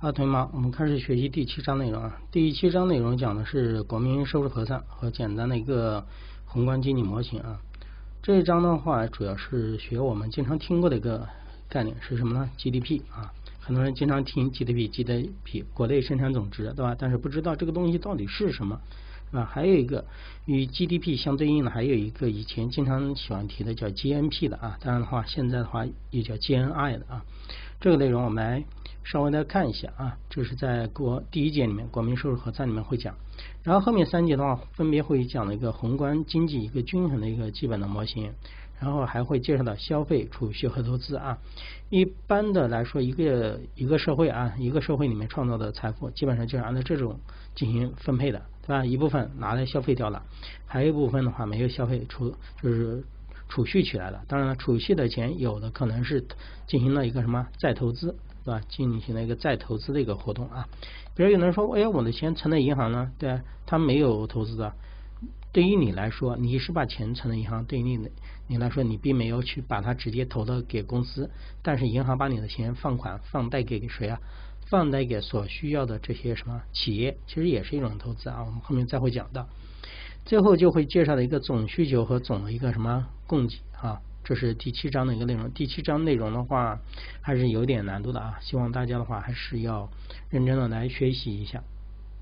好，同学们，我们开始学习第7章内容啊。第7章内容讲的是国民收入核算和简单的一个宏观经济模型啊。这一章的话，主要是学我们经常听过的一个概念是什么呢 ？GDP 啊，很多人经常听 GDP， 国内生产总值，对吧？但是不知道这个东西到底是什么。还有一个与 GDP 相对应的，还有一个以前经常喜欢提的叫 GNP 的啊，当然的话，现在的话也叫 GNI 的啊。这个内容我们来稍微的看一下啊，这是在第1节里面国民收入核算里面会讲，然后后面3节的话分别会讲了一个宏观经济一个均衡的一个基本的模型，然后还会介绍到消费、储蓄和投资啊。一般的来说，一个社会啊，一个社会里面创造的财富，基本上就是按照这种进行分配的，对吧？一部分拿来消费掉了，还有一部分的话没有消费就是储蓄起来了。当然了，储蓄的钱有的可能是进行了一个什么再投资，对吧？进行了一个再投资的一个活动啊。比如有人说，哎呀，我的钱存在银行呢，对啊，他没有投资的。对于你来说，你是把钱存在银行，对于你来说，你并没有去把它直接投到给公司，但是银行把你的钱放贷给谁啊？放贷给所需要的这些什么企业，其实也是一种投资啊。我们后面再会讲到。最后就会介绍的一个总需求和总的一个什么供给啊，这是第7章的一个内容。第7章内容的话还是有点难度的啊，希望大家的话还是要认真的来学习一下。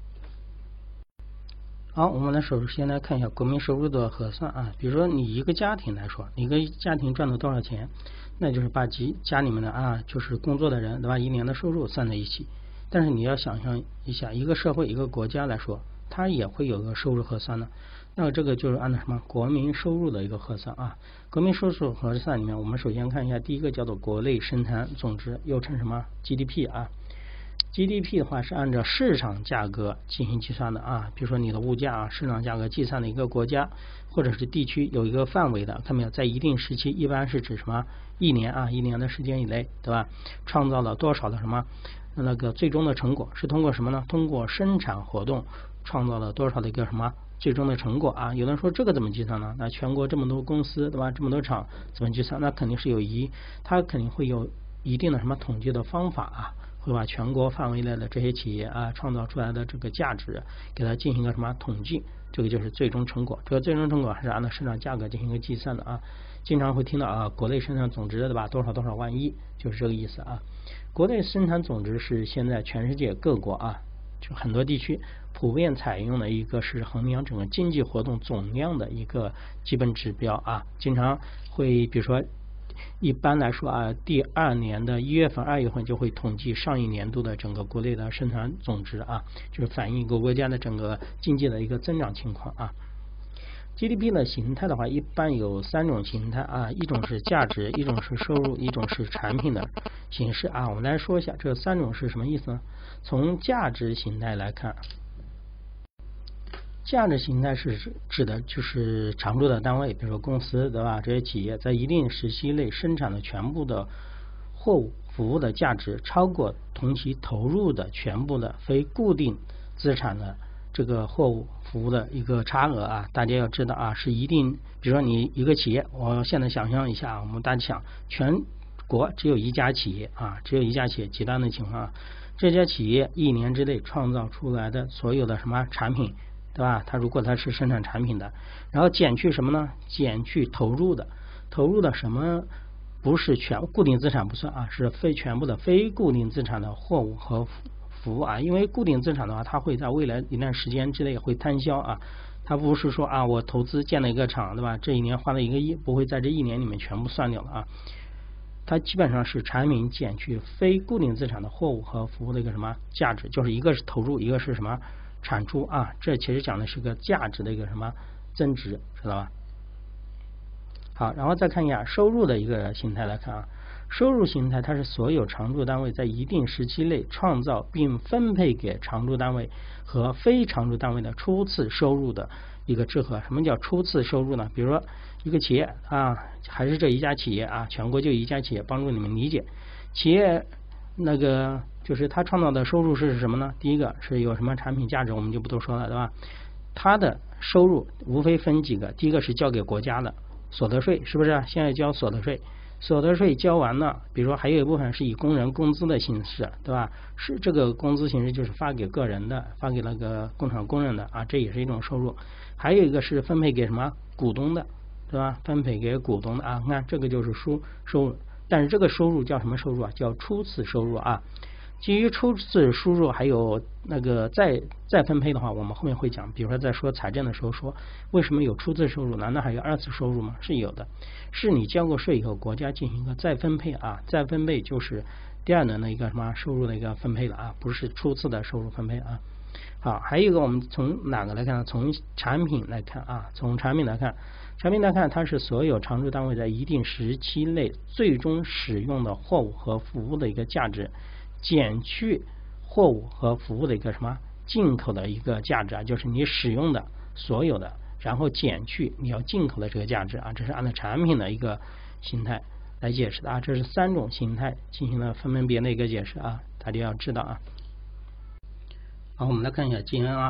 好，我们首先来看一下国民收入的核算啊。比如说你一个家庭来说，你一个家庭赚了多少钱，那就是把家里面的啊，就是工作的人，对吧？一年的收入算在一起。但是你要想象一下，一个社会一个国家来说，它也会有个收入核算的。那这个就是按照什么国民收入的一个核算啊。国民收入核算里面，我们首先看一下第一个叫做国内生产总值，又称什么 GDP 啊。GDP 的话是按照市场价格进行计算的啊，比如说你的物价啊，市场价格计算的一个国家或者是地区有一个范围的，看没有，在一定时期，一般是指什么1年啊，1年的时间以内，对吧？创造了多少的什么那个最终的成果，是通过什么呢？通过生产活动创造了多少的一个什么最终的成果啊？有人说这个怎么计算呢？那全国这么多公司，对吧？这么多厂怎么计算？那肯定是它肯定会有一定的什么统计的方法啊，会把全国范围内的这些企业啊创造出来的这个价值给它进行个什么统计，这个就是最终成果。这个最终成果还是按照市场价格进行一个计算的啊。经常会听到啊，国内生产总值，对吧？多少多少万亿，就是这个意思啊。国内生产总值是现在全世界各国啊，就很多地区普遍采用的一个是衡量整个经济活动总量的一个基本指标啊。经常会比如说一般来说啊，第2年的1月份、2月份就会统计上一年度的整个国内的生产总值啊，就是反映一个国家的整个经济的一个增长情况啊。GDP 的形态的话，一般有3种形态啊，一种是价值，一种是收入，一种是产品的形式啊。我们来说一下这3种是什么意思呢？从价值形态来看，价值形态是指的就是常住的单位，比如说公司，对吧？这些企业在一定时期内生产的全部的货物服务的价值超过同期投入的全部的非固定资产的这个货物服务的一个差额啊。大家要知道啊，是一定，比如说你一个企业，我现在想象一下，我们大家想全国只有一家企业啊，只有一家企业，极端的情况，这家企业1年之内创造出来的所有的什么产品，对吧？它如果它是生产产品的，然后减去什么呢？减去投入的什么？不是全固定资产不算啊，是全部的非固定资产的货物和服务啊。因为固定资产的话，它会在未来一段时间之内会摊销啊，它不是说啊我投资建了一个厂，对吧？这一年花了1个亿，不会在这1年里面全部算掉了啊。它基本上是产品减去非固定资产的货物和服务的一个什么价值，就是一个是投入，一个是什么产出啊。这其实讲的是个价值的一个什么增值，知道吧？好，然后再看一下收入的一个形态来看啊，收入形态它是所有常住单位在一定时期内创造并分配给常住单位和非常住单位的初次收入的一个制合。什么叫初次收入呢？比如说一个企业啊，还是这一家企业啊，全国就一家企业，帮助你们理解。企业那个就是它创造的收入是什么呢？第一个是有什么产品价值，我们就不多说了，对吧？它的收入无非分几个，第一个是交给国家的所得税，是不是？现在交所得税， 所得税交完了，比如说还有一部分是以工人工资的形式，对吧？是这个工资形式就是发给个人的，发给那个工厂工人的啊，这也是一种收入。还有一个是分配给什么股东的，对吧？分配给股东的啊，你看这个就是收入，但是这个收入叫什么收入啊？叫初次收入啊。基于初次收入还有那个再分配的话，我们后面会讲。比如说在说财政的时候说，为什么有初次收入？难道还有二次收入吗？是有的，是你交过税以后，国家进行一个再分配啊，再分配就是第二轮的一个什么收入的一个分配了啊，不是初次的收入分配啊。好，还有一个我们从哪个来看？从产品来看啊，从产品来看，它是所有常住单位在一定时期内最终使用的货物和服务的一个价值。减去货物和服务的一个什么进口的一个价值啊，就是你使用的所有的，然后减去你要进口的这个价值啊，这是按照产品的一个形态来解释的啊，这是3种形态进行了分别的一个解释啊，大家要知道啊。好，我们来看一下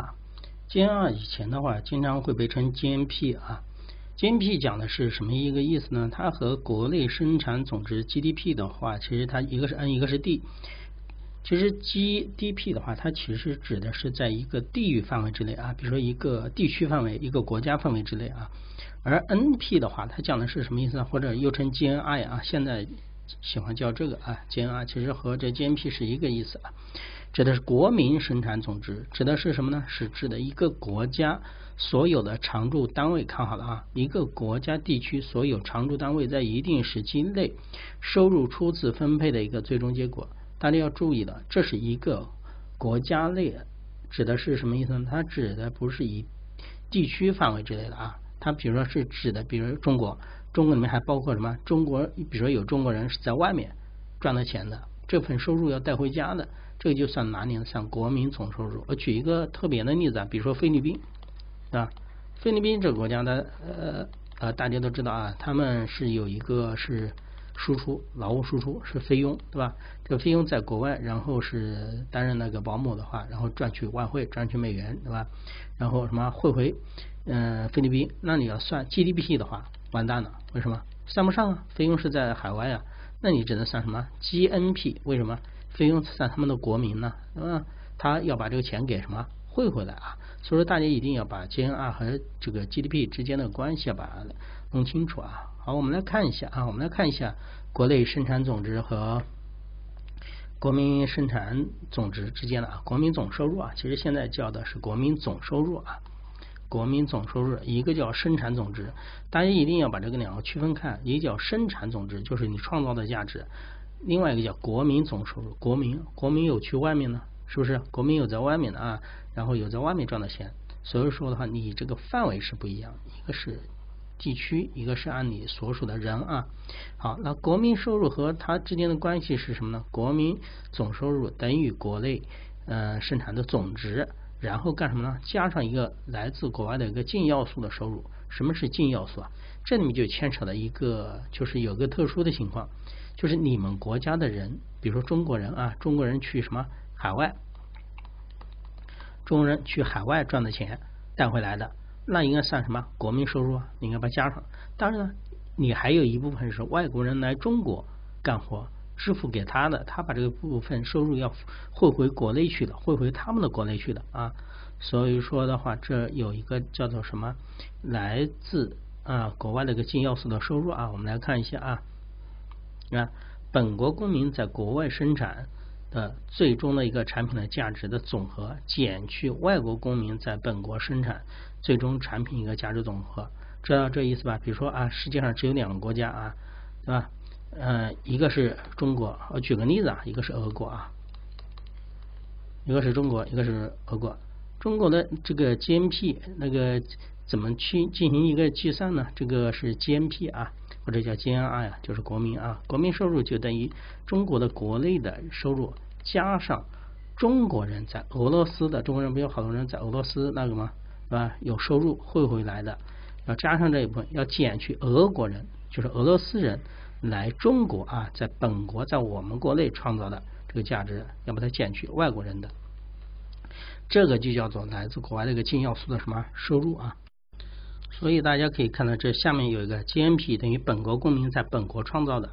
GNR 以前的话经常会被称 GNP 啊。GNP 讲的是什么一个意思呢？它和国内生产总值 GDP 的话，其实它一个是 N 一个是 D。其实 GDP 的话，它其实指的是在一个地域范围之内啊，比如说一个地区范围、一个国家范围之内啊。而 NP 的话，它讲的是什么意思呢？或者又称 GNI 啊，现在喜欢叫这个啊 GNI， 其实和这 GNP 是一个意思啊。指的是国民生产总值，指的是什么呢？是指的一个国家所有的常住单位，看好了啊，一个国家地区所有常住单位在一定时期内收入初次分配的一个最终结果。大家要注意的，这是一个国家内，指的是什么意思呢？它指的不是以地区范围之类的啊，它比如说是指的，比如中国里面还包括什么？中国，比如说有中国人是在外面赚的钱的，这份收入要带回家的，这个就算哪里呢？算国民总收入。我举一个特别的例子啊，比如说菲律宾，对吧？菲律宾这个国家的大家都知道啊，他们是有一个是输出劳务输出是菲佣，对吧？这个菲佣在国外，然后是担任那个保姆的话，然后赚取外汇，赚取美元，对吧？然后什么汇回菲律宾，那你要算 GDP 的话，完蛋了，为什么？算不上啊，菲佣是在海外啊，那你只能算什么 GNP？ 为什么？菲佣算他们的国民呢？他要把这个钱给什么汇回来啊？所以说大家一定要把 GNR 和这个 GDP 之间的关系要把它弄清楚啊。好，我们来看一下国内生产总值和国民生产总值之间的国民总收入啊，其实现在叫的是国民总收入啊。国民总收入一个叫生产总值，大家一定要把这个两个区分开，一个叫生产总值，就是你创造的价值，另外一个叫国民总收入。国民有去外面呢，是不是？国民有在外面的啊，然后有在外面赚的钱，所以说的话，你这个范围是不一样，一个是地区，一个是按你所属的人啊。好，那国民收入和它之间的关系是什么呢？国民总收入等于国内生产的总值，然后干什么呢？加上一个来自国外的一个净要素的收入。什么是净要素啊？这里面就牵扯到一个，就是有个特殊的情况，就是你们国家的人，比如说中国人啊，中国人去什么海外，中国人去海外赚的钱带回来的，那应该算什么国民收入啊？你应该把它加上。当然呢，你还有一部分是外国人来中国干活，支付给他的，他把这个部分收入要汇回国内去的，汇回他们的国内去的啊。所以说的话，这有一个叫做什么，来自国外的一个净要素的收入啊。我们来看一下啊，本国公民在国外生产的最终的一个产品的价值的总和，减去外国公民在本国生产最终产品一个价值总和，知道这意思吧？比如说世界上只有2个国家啊，对吧？一个是中国，我举个例子啊，一个是俄国啊，一个是中国，一个是俄国。中国的这个 GNP 那个怎么去进行一个计算呢？这个是 GNP 啊，或者叫 GNI 啊，就是国民啊，国民收入就等于中国的国内的收入加上中国人在俄罗斯的，中国人不有好多人在俄罗斯那个吗？是吧？有收入汇回来的，要加上这一部分，要减去俄国人，就是俄罗斯人来中国啊，在本国在我们国内创造的这个价值，要把它减去外国人的，这个就叫做来自国外的一个净要素的什么收入啊。所以大家可以看到，这下面有一个 GNP 等于本国公民在本国创造的，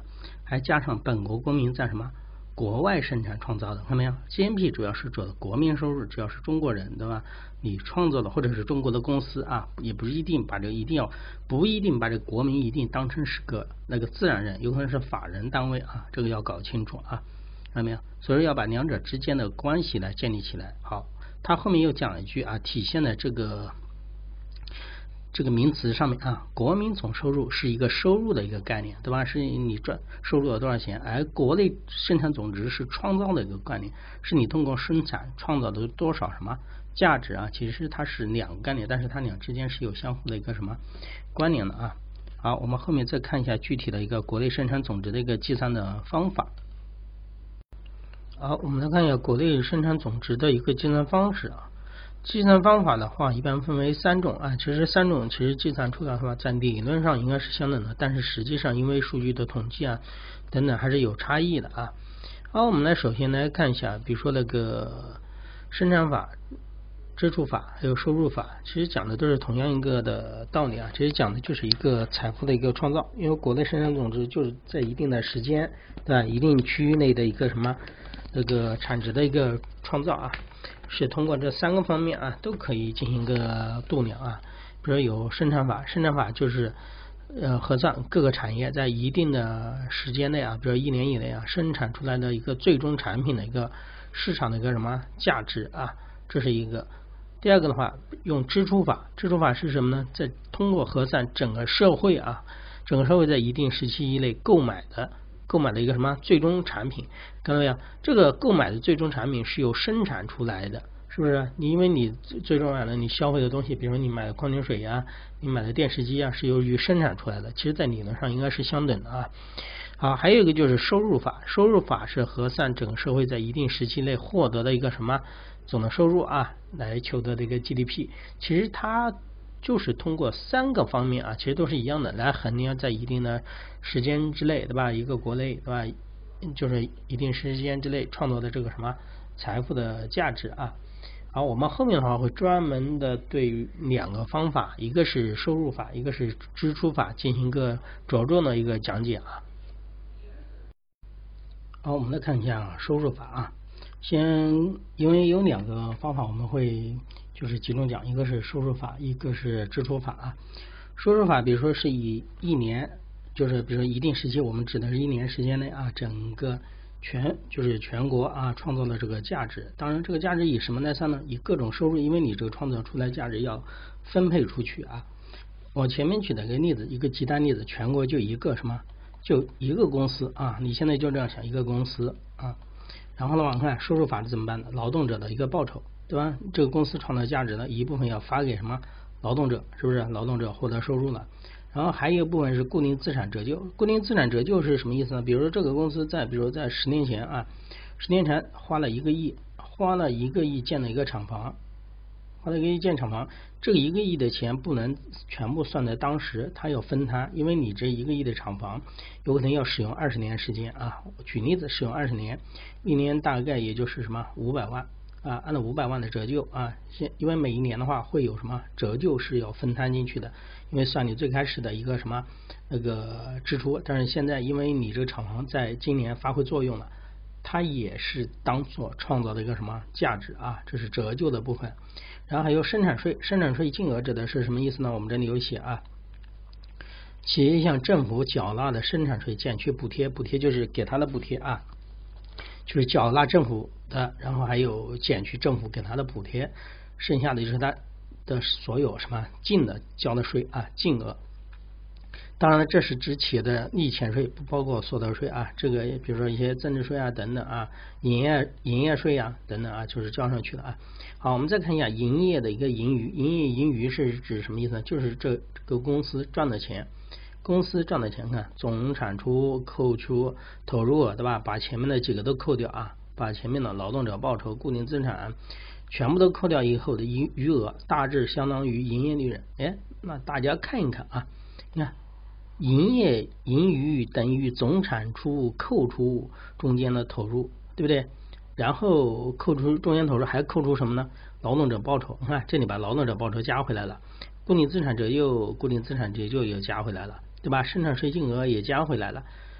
还加上本国公民在什么国外生产创造的，看到没有 ？GNP 主要是指的国民收入，只要是中国人，对吧？你创造的或者是中国的公司啊，也不一定把这个不一定把这个国民一定当成是个那个自然人，有可能是法人单位啊，这个要搞清楚啊，看到没有？所以要把两者之间的关系来建立起来。好，他后面又讲了一句啊，体现了这个名词上面啊，国民总收入是一个收入的一个概念，对吧？是你收入了多少钱，而国内生产总值是创造的一个概念，是你通过生产创造的多少什么价值啊？其实它是两个概念，但是它俩之间是有相互的一个什么关联的啊。好，我们后面再看一下具体的一个国内生产总值的一个计算的方法。好，我们来看一下国内生产总值的一个计算方式啊。计算方法的话，一般分为3种啊。其实3种计算出来的话，在理论上应该是相等的，但是实际上因为数据的统计啊等等还是有差异的啊。好，我们首先来看一下，比如说那个生产法、支出法还有收入法，其实讲的都是同样一个的道理啊。其实讲的就是一个财富的一个创造，因为国内生产总值就是在一定的时间，对吧？一定区域内的一个什么那个产值的一个创造啊。是通过这3个方面啊，都可以进行一个度量啊。比如有生产法，生产法就是核算各个产业在一定的时间内啊，比如1年以内啊，生产出来的一个最终产品的一个市场的一个什么价值啊，这是一个。第二个的话，用支出法，支出法是什么呢？在通过核算整个社会啊，整个社会在一定时期以内购买的一个什么最终产品，看到没有？这个购买的最终产品是由生产出来的，是不是？因为你最重要的你消费的东西，比如你买的矿泉水呀，你买的电视机啊，是由于生产出来的，其实在理论上应该是相等的啊。好，还有一个就是收入法，收入法是核算整个社会在一定时期内获得的一个什么总的收入啊，来求得的一个 GDP。其实它就是通过3个方面啊，其实都是一样的，来衡量在一定的时间之内，对吧？一个国内，对吧？就是一定时间之内创造的这个什么财富的价值啊。好，我们后面的话会专门的对于2个方法，一个是收入法，一个是支出法进行一个着重的一个讲解啊。好，我们来看一下收入法啊。先因为有2个方法，我们会就是集中讲，一个是收入法，一个是支出法啊。收入法比如说是以1年，就是比如说一定时期，我们指的是1年时间内啊，整个全国啊创造的这个价值。当然这个价值以什么来算呢？以各种收入，因为你这个创造出来价值要分配出去啊。我前面举的一个例子，一个极端例子，全国就一个公司啊，你现在就这样想，一个公司啊。然后呢，我们看收入法是怎么办的？劳动者的一个报酬，对吧？这个公司创造价值的一部分要发给什么劳动者，是不是？劳动者获得收入了。然后还有一部分是固定资产折旧。固定资产折旧是什么意思呢？比如说这个公司在10年前啊，10年前花了1个亿建了一个厂房，这个1个亿的钱不能全部算在当时，它要分摊，因为你这1个亿的厂房有可能要使用20年时间啊。举例子，使用20年，1年大概也就是什么500万啊，按照500万的折旧啊，因为每一年的话会有什么折旧是要分摊进去的，因为算你最开始的一个什么那个支出，但是现在因为你这个厂房在今年发挥作用了，它也是当做创造的一个什么价值啊，这是折旧的部分。然后还有生产税，生产税金额指的是什么意思呢？我们这里有写啊，企业向政府缴纳的生产税减去补贴，补贴就是给他的补贴啊，就是缴纳政府的，然后还有减去政府给他的补贴，剩下的就是他的所有什么净的交的税啊，净额。当然了，这是指企业的利钱税，不包括所得税啊。这个比如说一些增值税啊等等啊，营业税啊等等啊，就是交上去了啊。好，我们再看一下营业的一个盈余。盈余是指什么意思呢？就是这个公司赚的钱，看总产出扣除投入额，对吧？把前面的几个都扣掉啊，把前面的劳动者报酬、固定资产全部都扣掉以后的余额，大致相当于营业利润。那大家看一看啊，你看。营业盈余等于总产出扣除中间的投入，对不对？然后扣除中间投入还扣除什么呢？劳动者报酬。你看这里把劳动者报酬加回来了，固定资产折旧也加回来了，对吧？生产税金额也加回来了。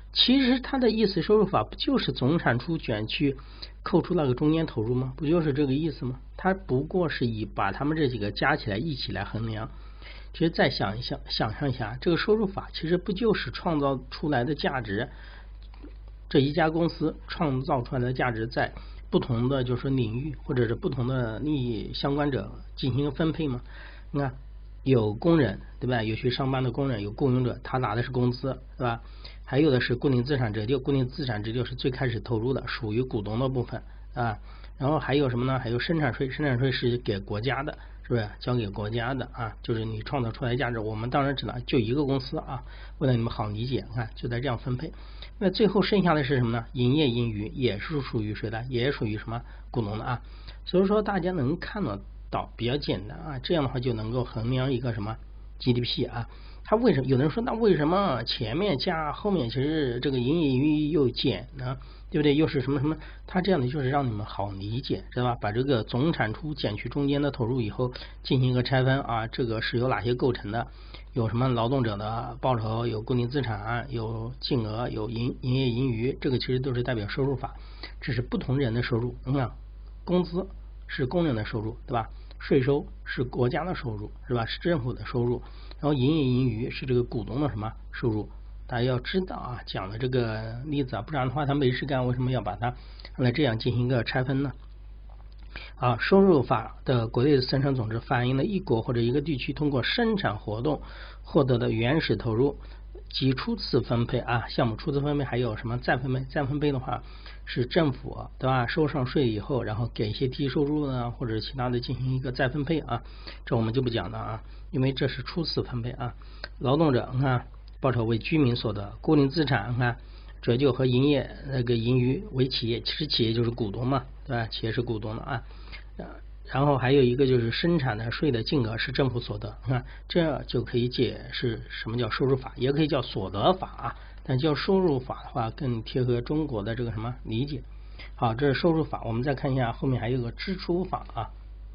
其实它的意思收入法不就是总产出减去扣除那个中间投入吗？不就是这个意思吗？它不过是把他们这几个加起来一起来衡量。其实再想象一下，这个收入法其实不就是创造出来的价值，这一家公司创造出来的价值在不同的就是领域或者是不同的利益相关者进行分配吗？你看有工人对吧？有去上班的工人，有雇佣者，他拿的是工资对吧？还有的是固定资产折旧，固定资产折旧是最开始投入的，属于股东的部分啊。然后还有什么呢？还有生产税，生产税是给国家的，是不是交给国家的啊？就是你创造出来的价值，我们当然只能就一个公司啊，为了你们好理解，看就在这样分配。那最后剩下的是什么呢？营业盈余也是属于谁的？也属于什么股东的啊？所以说大家能看得到比较简单啊，这样的话就能够衡量一个什么 GDP 啊。它为什么有人说那为什么前面加后面其实这个营业盈余又减呢？对不对？又是什么什么？它这样的就是让你们好理解，知道吧？把这个总产出减去中间的投入以后，进行一个拆分啊，这个是由哪些构成的？有什么劳动者的报酬，有固定资产，有净额，有营业盈余，这个其实都是代表收入法，这是不同人的收入。你看，工资是工人的收入，对吧？税收是国家的收入，是吧？是政府的收入。然后营业盈余是这个股东的什么收入？大家要知道啊，讲的这个例子啊，不然的话他没事干，为什么要把它来这样进行一个拆分呢？啊，收入法的国内的生产总值反映了一国或者一个地区通过生产活动获得的原始投入及初次分配啊，项目初次分配还有什么再分配？再分配的话是政府对吧？收上税以后，然后给一些低收入呢或者其他的进行一个再分配啊，这我们就不讲了啊，因为这是初次分配啊。劳动者你看报酬为居民所得，固定资产你看折旧和营业那个盈余为企业，其实企业就是股东嘛，对吧？企业是股东的啊。然后还有一个就是生产的税的净额是政府所得，看这就可以解释什么叫收入法，也可以叫所得法，但叫收入法的话更贴合中国的这个什么理解。好，这是收入法，我们再看一下后面还有个支出法啊。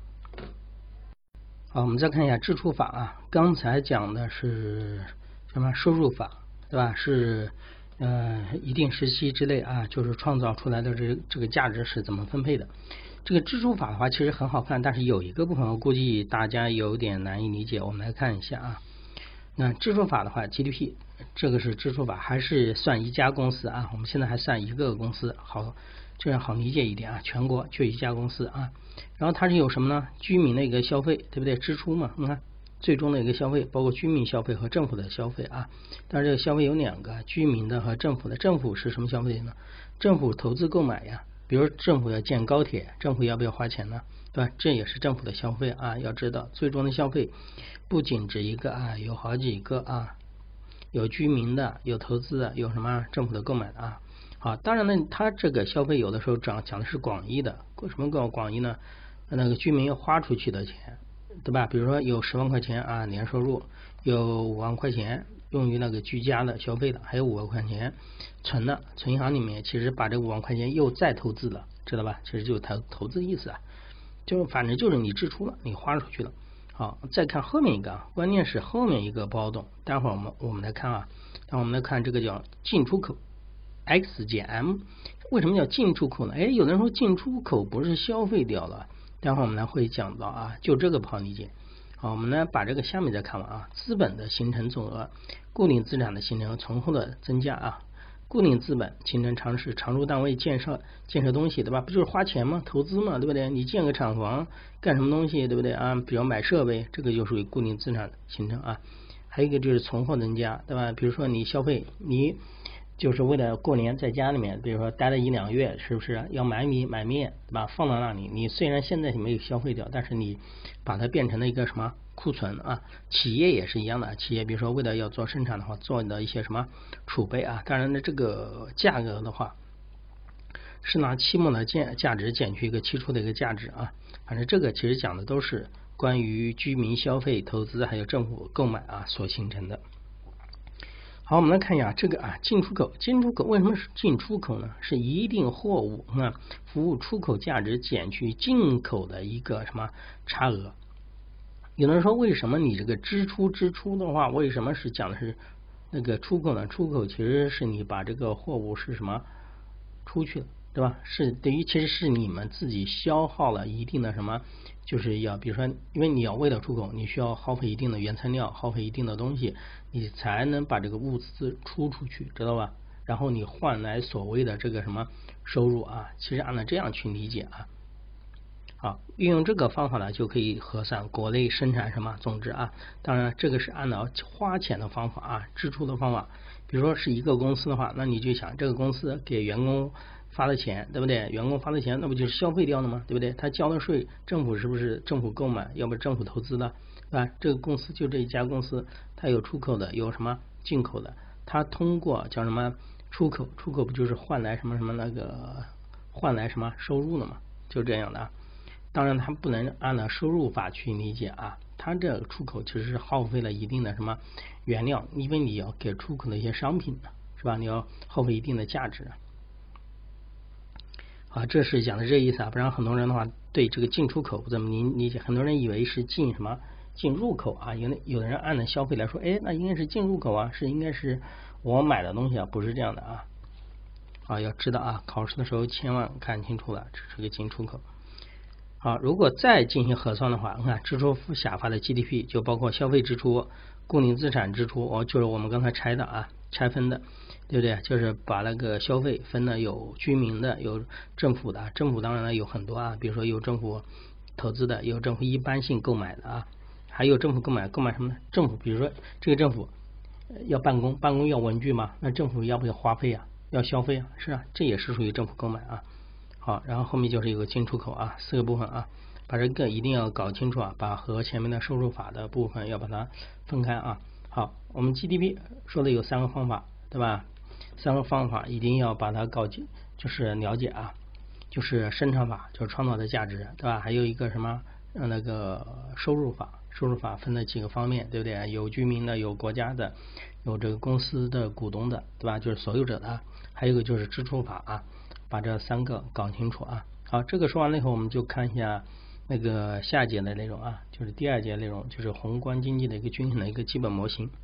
好，我们再看一下支出法啊，刚才讲的是什么收入法，对吧？是一定时期之内啊，就是创造出来的这个价值是怎么分配的。这个支出法的话其实很好看，但是有一个部分我估计大家有点难以理解，我们来看一下啊。那支出法的话 GDP 这个是支出法，还是算一家公司啊，我们现在还算一个公司，好，这样好理解一点啊，全国就一家公司啊。然后它是有什么呢？居民的一个消费，对不对？支出嘛，你看最终的一个消费包括居民消费和政府的消费啊。但是这个消费有两个，居民的和政府的。政府是什么消费呢？政府投资购买呀，比如政府要建高铁，政府要不要花钱呢？对吧？这也是政府的消费啊。要知道最终的消费不仅指一个啊，有好几个啊，有居民的，有投资的，有什么政府的购买的啊。好，当然呢，它这个消费有的时候讲的是广义的，什么广义呢？那个居民要花出去的钱，对吧？比如说有10万块钱啊年收入，有5万块钱用于那个居家的消费的，还有5万块钱存的，存银行里面，其实把这5万块钱又再投资了，知道吧？其实就是投资意思啊，就反正就是你支出了，你花出去了。好，再看后面一个啊，关键是后面一个包动，待会儿我们来看啊，那我们来看这个叫进出口 X 减 M， 为什么叫进出口呢？哎，有人说进出口不是消费掉了，待会儿我们来会讲到啊，就这个不好理解。好，我们呢把这个下面再看完啊，资本的形成总额，固定资产的形成，存货的增加啊。固定资本形成常住单位建设东西，对吧？不就是花钱吗？投资嘛，对不对？你建个厂房干什么东西，对不对啊？比如买设备，这个就属于固定资产形成啊。还有一个就是存货增加，对吧？比如说你消费，你就是为了过年在家里面，比如说待了1、2月，是不是要买米买面，对吧？放到那里，你虽然现在没有消费掉，但是你把它变成了一个什么库存啊？企业也是一样的，企业比如说为了要做生产的话，做的一些什么储备啊？当然呢，这个价格的话是拿期末的价值减去一个期初的一个价值啊。反正这个其实讲的都是关于居民消费、投资还有政府购买啊所形成的。好，我们来看一下这个啊，进出口为什么是进出口呢？是一定货物服务出口价值减去进口的一个什么差额。有人说为什么你这个支出的话，为什么是讲的是那个出口呢？出口其实是你把这个货物是什么出去了，对吧？是等于其实是你们自己消耗了一定的什么，就是要比如说，因为你要为了出口，你需要耗费一定的原材料，耗费一定的东西，你才能把这个物资出去，知道吧？然后你换来所谓的这个什么收入啊，其实按照这样去理解啊。好，运用这个方法呢，就可以核算国内生产什么总值啊。当然，这个是按照花钱的方法啊，支出的方法。比如说是一个公司的话，那你就想这个公司给员工发的钱，对不对？员工发的钱，那不就是消费掉了吗？对不对？他交的税，政府是不是政府购买，要不政府投资的，对吧？这个公司就这一家公司，它有出口的，有什么进口的，它通过叫什么出口不就是换来什么什么那个换来什么收入了吗？就这样的啊。当然，它不能按照收入法去理解啊，它这个出口其实是耗费了一定的什么原料，因为你要给出口的一些商品是吧？你要耗费一定的价值。好，这是讲的这意思啊，不然很多人的话对这个进出口不怎么理解，很多人以为是进什么进入口啊，有的人按照消费来说，哎，那应该是进入口啊，应该是我买的东西啊，不是这样的啊。啊，要知道啊，考试的时候千万看清楚了，这是个进出口。好，如果再进行核算的话，你看支出下发的 GDP 就包括消费支出、固定资产支出，就是我们刚才拆的啊，拆分的，对不对？就是把那个消费分了有居民的，有政府的，政府当然了有很多啊，比如说有政府投资的，有政府一般性购买的啊，还有政府购买什么呢？政府比如说这个政府要办公要文具嘛，那政府要不要花费啊？要消费啊？是啊，这也是属于政府购买啊。好，然后后面就是有个进出口啊，四个部分啊，把这个一定要搞清楚啊，把和前面的收入法的部分要把它分开啊。好，我们 GDP 说的有3个方法，对吧？3个方法一定要把它就是了解啊，就是生产法，就是创造的价值，对吧？还有一个什么那个收入法分了几个方面，对不对？有居民的，有国家的，有这个公司的股东的，对吧？就是所有者的，还有一个就是支出法啊。把这3个搞清楚啊。好，这个说完了以后，我们就看一下那个下节的内容啊，就是第2节内容，就是宏观经济的一个均衡的一个基本模型。